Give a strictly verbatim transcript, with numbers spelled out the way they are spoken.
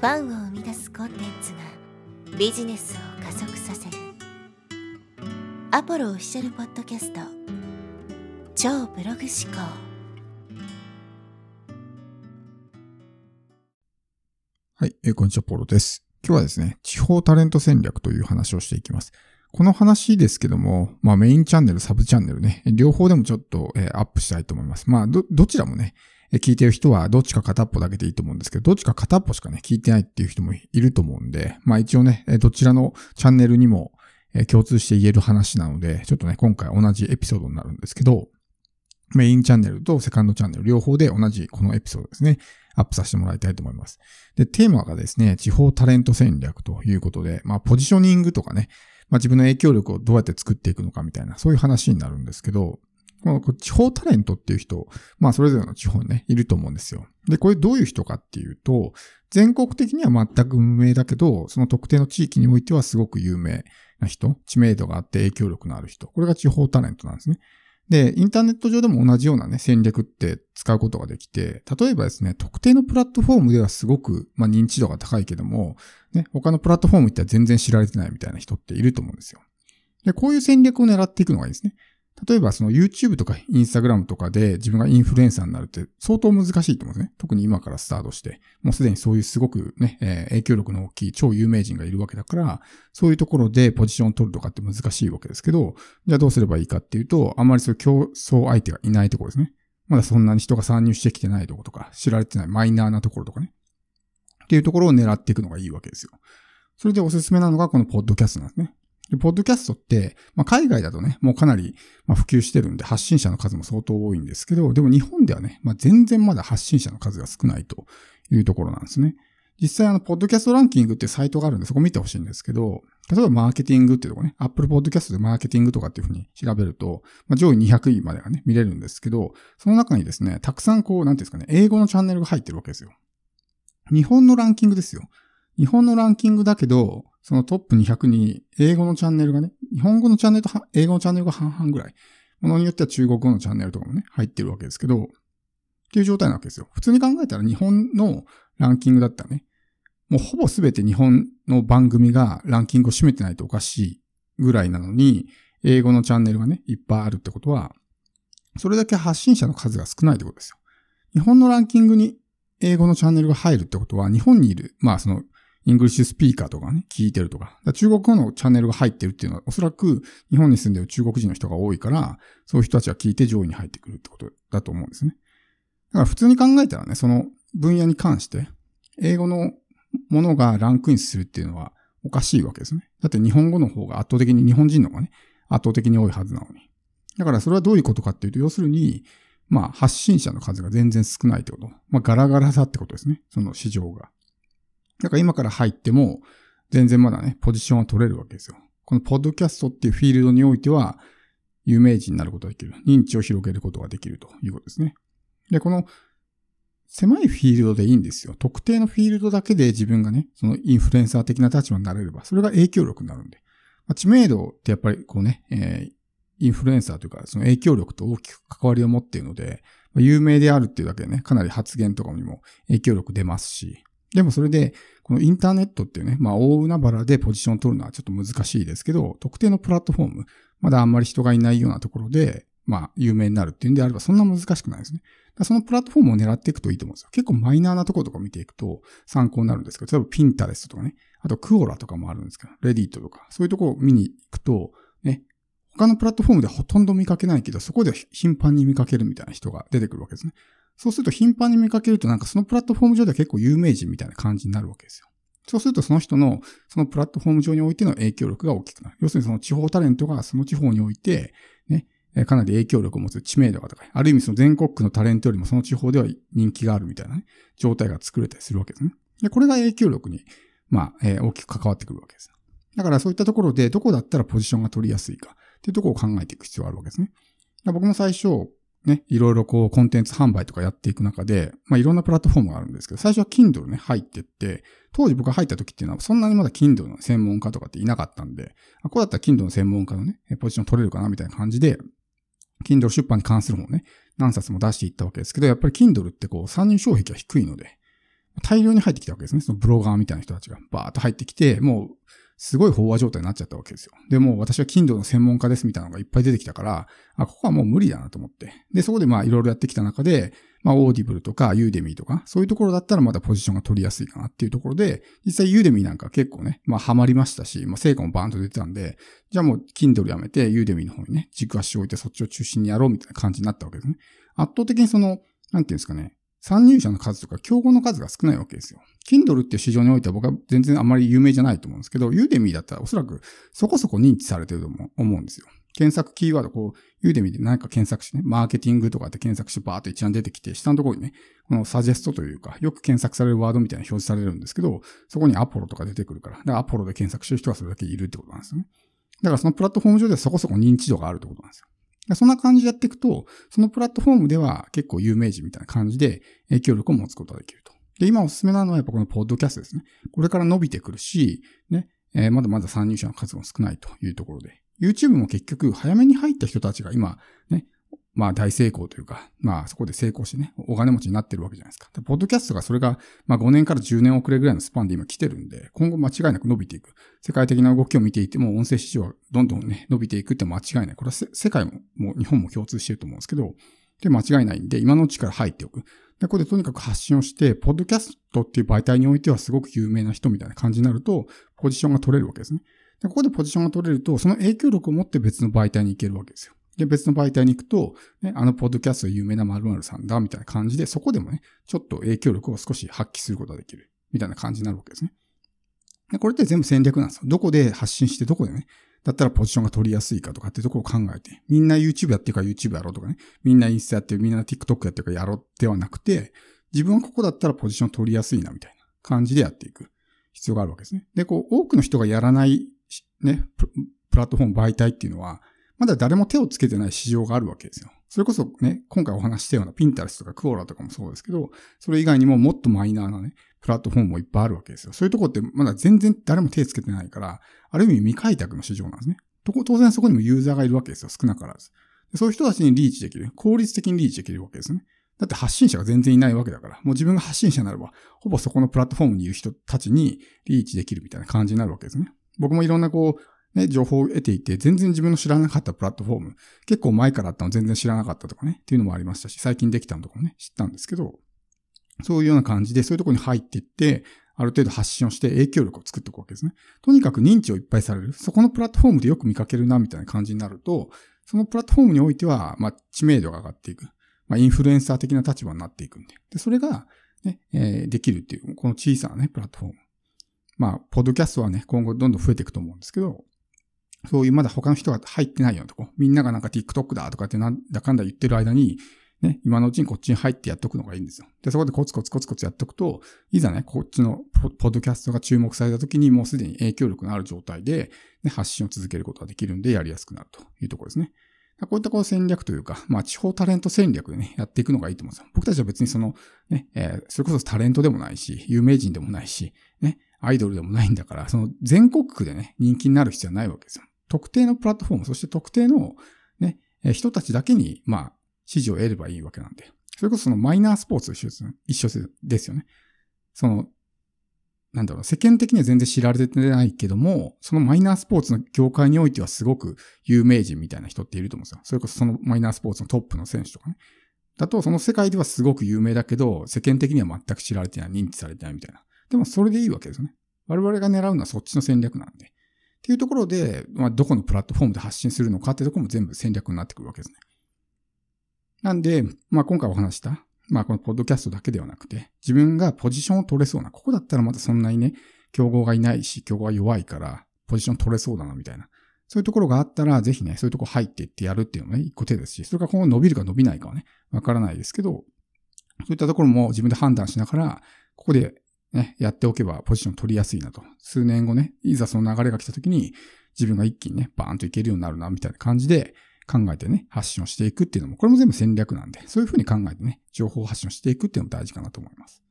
ファンを生み出すコンテンツがビジネスを加速させるアポロオフィシャルポッドキャスト超ブログ思考。 はい、えー、こんにちは、ポロです。今日はですね、地方タレント戦略という話をしていきます。この話ですけども、まあメインチャンネル、サブチャンネルね、両方でもちょっと、えー、アップしたいと思います。まあど、どちらもね、聞いてる人はどっちか片っぽだけでいいと思うんですけど、どっちか片っぽしかね、聞いてないっていう人もいると思うんで、まあ一応ね、どちらのチャンネルにも共通して言える話なので、ちょっとね、今回同じエピソードになるんですけど、メインチャンネルとセカンドチャンネル両方で同じこのエピソードですね、アップさせてもらいたいと思います。で、テーマがですね、地方タレント戦略ということで、まあポジショニングとかね、まあ自分の影響力をどうやって作っていくのかみたいな、そういう話になるんですけど、この地方タレントっていう人、まあそれぞれの地方にね、いると思うんですよ。で、これどういう人かっていうと、全国的には全く無名だけど、その特定の地域においてはすごく有名な人、知名度があって影響力のある人、これが地方タレントなんですね。で、インターネット上でも同じようなね、戦略って使うことができて、例えばですね、特定のプラットフォームではすごく、まあ認知度が高いけども、ね、他のプラットフォーム行ったら全然知られてないみたいな人っていると思うんですよ。で、こういう戦略を狙っていくのがいいですね。例えばその YouTube とか Instagram とかで自分がインフルエンサーになるって相当難しいと思うんですね。特に今からスタートして、もうすでにそういうすごくね、えー、影響力の大きい超有名人がいるわけだから、そういうところでポジションを取るとかって難しいわけですけど、じゃあどうすればいいかっていうと、あんまりそういう競争相手がいないところですね。まだそんなに人が参入してきてないところとか、知られてないマイナーなところとかね。っていうところを狙っていくのがいいわけですよ。それでおすすめなのがこのポッドキャストなんですね。で、ポッドキャストって、まあ、海外だとね、もうかなり、まあ、普及してるんで、発信者の数も相当多いんですけど、でも日本ではね、まあ、全然まだ発信者の数が少ないというところなんですね。実際あの、ポッドキャストランキングっていうサイトがあるんで、そこ見てほしいんですけど、例えばマーケティングっていうところね、Apple Podcast でマーケティングとかっていうふうに調べると、まあ、上位にひゃくいまでがね、見れるんですけど、その中にですね、たくさんこう、なんていうんですかね、英語のチャンネルが入ってるわけですよ。日本のランキングですよ。日本のランキングだけど、そのトップにひゃくに英語のチャンネルがね、日本語のチャンネルと英語のチャンネルが半々ぐらい。ものによっては中国語のチャンネルとかもね、入ってるわけですけど、っていう状態なわけですよ。普通に考えたら日本のランキングだったらね、もうほぼ全て日本の番組がランキングを占めてないとおかしいぐらいなのに、英語のチャンネルがね、いっぱいあるってことは、それだけ発信者の数が少ないってことですよ。日本のランキングに英語のチャンネルが入るってことは、日本にいる、まあその、イングリッシュスピーカーとかね、聞いてるとか。だから中国語のチャンネルが入ってるっていうのは、おそらく日本に住んでる中国人の人が多いから、そういう人たちが聞いて上位に入ってくるってことだと思うんですね。だから普通に考えたらね、その分野に関して、英語のものがランクインするっていうのはおかしいわけですね。だって日本語の方が圧倒的に日本人の方がね、圧倒的に多いはずなのに。だからそれはどういうことかっていうと、要するに、まあ発信者の数が全然少ないってこと。まあガラガラさってことですね。その市場が。だから今から入っても全然まだね、ポジションは取れるわけですよ。このポッドキャストっていうフィールドにおいては有名人になることができる。認知を広げることができるということですね。で、この狭いフィールドでいいんですよ。特定のフィールドだけで自分がね、そのインフルエンサー的な立場になれれば、それが影響力になるんで。まあ、知名度ってやっぱりこうね、えー、インフルエンサーというかその影響力と大きく関わりを持っているので、有名であるっていうだけでね、かなり発言とかにも影響力出ますし、でもそれで、このインターネットっていうね、まあ大海原でポジションを取るのはちょっと難しいですけど、特定のプラットフォーム、まだあんまり人がいないようなところで、まあ有名になるっていうんであればそんな難しくないですね。そのプラットフォームを狙っていくといいと思うんですよ。結構マイナーなところとか見ていくと参考になるんですけど、例えばピンタレストとかね、あとクオラとかもあるんですけど、レディットとか、そういうところを見に行くと、ね、他のプラットフォームでほとんど見かけないけど、そこで頻繁に見かけるみたいな人が出てくるわけですね。そうすると頻繁に見かけるとなんかそのプラットフォーム上では結構有名人みたいな感じになるわけですよ。そうするとその人のそのプラットフォーム上においての影響力が大きくなる。要するにその地方タレントがその地方においてね、かなり影響力を持つ知名度が高い。ある意味その全国区のタレントよりもその地方では人気があるみたいなね、状態が作れたりするわけですね。で、これが影響力にまあ、えー、大きく関わってくるわけです。だからそういったところでどこだったらポジションが取りやすいかっていうところを考えていく必要があるわけですね。僕も最初ね、いろいろこうコンテンツ販売とかやっていく中で、まあいろんなプラットフォームがあるんですけど、最初は Kindle ね、入ってって、当時僕が入った時っていうのはそんなにまだ Kindle の専門家とかっていなかったんで、こうだったら Kindle の専門家のね、ポジション取れるかなみたいな感じで、Kindle 出版に関する本をね、何冊も出していったわけですけど、やっぱり Kindle ってこう参入障壁が低いので、 大量に入ってきたわけですね。そのブロガーみたいな人たちがバーッと入ってきて、もう、すごい飽和状態になっちゃったわけですよ。で、もう私は Kindle の専門家ですみたいなのがいっぱい出てきたから、あ、ここはもう無理だなと思って。で、そこでまあいろいろやってきた中で、まあ、Audible とか Udemy とか、そういうところだったらまだポジションが取りやすいかなっていうところで、実際 Udemy なんか結構ね、まあハマりましたし、まあ成果もバーンと出てたんで、じゃあもう Kindle やめて Udemy の方にね、軸足を置いてそっちを中心にやろうみたいな感じになったわけですね。圧倒的にその、なんていうんですかね、参入者の数とか競合の数が少ないわけですよ。Kindle っていう市場においては僕は全然あんまり有名じゃないと思うんですけど、Udemy だったらおそらくそこそこ認知されてると思うんですよ。検索キーワード、こう、Udemy で何か検索してね、マーケティングとかって検索してバーっと一覧出てきて、下のところにね、このサジェストというか、よく検索されるワードみたいな表示されるんですけど、そこにアポロとか出てくるから、だからアポロで検索してる人がそれだけいるってことなんですよね。だからそのプラットフォーム上ではそこそこ認知度があるってことなんですよ。そんな感じでやっていくと、そのプラットフォームでは結構有名人みたいな感じで影響力を持つことができると。で、今おすすめなのはやっぱこのポッドキャストですね。これから伸びてくるし、ね、えー、まだまだ参入者の数も少ないというところで。YouTube も結局早めに入った人たちが今、ね、まあ大成功というか、まあそこで成功してね、お金持ちになってるわけじゃないですか。でポッドキャストがそれが、まあごねんからじゅうねん遅れぐらいのスパンで今来てるんで、今後間違いなく伸びていく。世界的な動きを見ていても、音声市場はどんどんね、伸びていくって間違いない。これは世界も、もう日本も共通してると思うんですけど、で、間違いないんで、今のうちから入っておく。で、ここでとにかく発信をして、ポッドキャストっていう媒体においてはすごく有名な人みたいな感じになると、ポジションが取れるわけですね。で、ここでポジションが取れると、その影響力を持って別の媒体に行けるわけですよ。で、別の媒体に行くと、ね、あのポッドキャスト有名な〇〇さんだ、みたいな感じで、そこでもね、ちょっと影響力を少し発揮することができる、みたいな感じになるわけですね。で、これって全部戦略なんですよ。どこで発信して、どこでね、だったらポジションが取りやすいかとかっていうところを考えて、みんな YouTube やってるから YouTube やろうとかね、みんなインスタやってる、みんな TikTok やってるからやろうではなくて、自分はここだったらポジション取りやすいな、みたいな感じでやっていく必要があるわけですね。で、こう、多くの人がやらない、ね、プラットフォーム媒体っていうのは、まだ誰も手をつけてない市場があるわけですよ。それこそね、今回お話ししたような Pinterest とか Quora とかもそうですけど、それ以外にももっとマイナーなね、プラットフォームもいっぱいあるわけですよ。そういうとこってまだ全然誰も手つけてないから、ある意味未開拓の市場なんですね。当然そこにもユーザーがいるわけですよ。少なからず。そういう人たちにリーチできる。効率的にリーチできるわけですね。だって発信者が全然いないわけだから、もう自分が発信者になれば、ほぼそこのプラットフォームにいる人たちにリーチできるみたいな感じになるわけですね。僕もいろんなこう、ね、情報を得ていて、全然自分の知らなかったプラットフォーム、結構前からあったの全然知らなかったとかね、っていうのもありましたし、最近できたのとかもね、知ったんですけど、そういうような感じで、そういうところに入っていって、ある程度発信をして影響力を作っていくわけですね。とにかく認知をいっぱいされる。そこのプラットフォームでよく見かけるな、みたいな感じになると、そのプラットフォームにおいては、まあ、知名度が上がっていく。まあ、インフルエンサー的な立場になっていくんで。で、それが、ね、えー、できるっていう、この小さなね、プラットフォーム。まあ、ポッドキャストはね、今後どんどん増えていくと思うんですけど、そういうまだ他の人が入ってないようなとこ、みんながなんか TikTok だとかってなんだかんだ言ってる間に、ね、今のうちにこっちに入ってやっとくのがいいんですよ。で、そこでコツコツコツコツやっておくと、いざね、こっちのポッドキャストが注目された時にもうすでに影響力のある状態で、ね、発信を続けることができるんでやりやすくなるというところですね。こういったこう戦略というか、まあ地方タレント戦略でね、やっていくのがいいと思うんですよ。僕たちは別にその、ね、えー、それこそタレントでもないし、有名人でもないし、ね、アイドルでもないんだから、その全国区でね、人気になる必要はないわけですよ。特定のプラットフォーム、そして特定のね、人たちだけに、まあ、支持を得ればいいわけなんで。それこそそのマイナースポーツと一緒ですね。一緒ですよね。その、なんだろう、世間的には全然知られてないけども、そのマイナースポーツの業界においてはすごく有名人みたいな人っていると思うんですよ。それこそそのマイナースポーツのトップの選手とかね。だと、その世界ではすごく有名だけど、世間的には全く知られてない、認知されてないみたいな。でもそれでいいわけですよね。我々が狙うのはそっちの戦略なんで。っていうところで、まあ、どこのプラットフォームで発信するのかっていうところも全部戦略になってくるわけですね。なんで、まあ今回お話した、まあこのポッドキャストだけではなくて、自分がポジションを取れそうな、ここだったらまだそんなにね、競合がいないし、競合が弱いから、ポジション取れそうだなみたいな。そういうところがあったら、ぜひね、そういうところ入っていってやるっていうのもね、一個手ですし、それから今後伸びるか伸びないかはね、わからないですけど、そういったところも自分で判断しながら、ここでね、やっておけばポジション取りやすいなと。数年後ね、いざその流れが来た時に、自分が一気にね、バーンといけるようになるな、みたいな感じで考えてね、発信をしていくっていうのも、これも全部戦略なんで、そういうふうに考えてね、情報発信をしていくっていうのも大事かなと思います。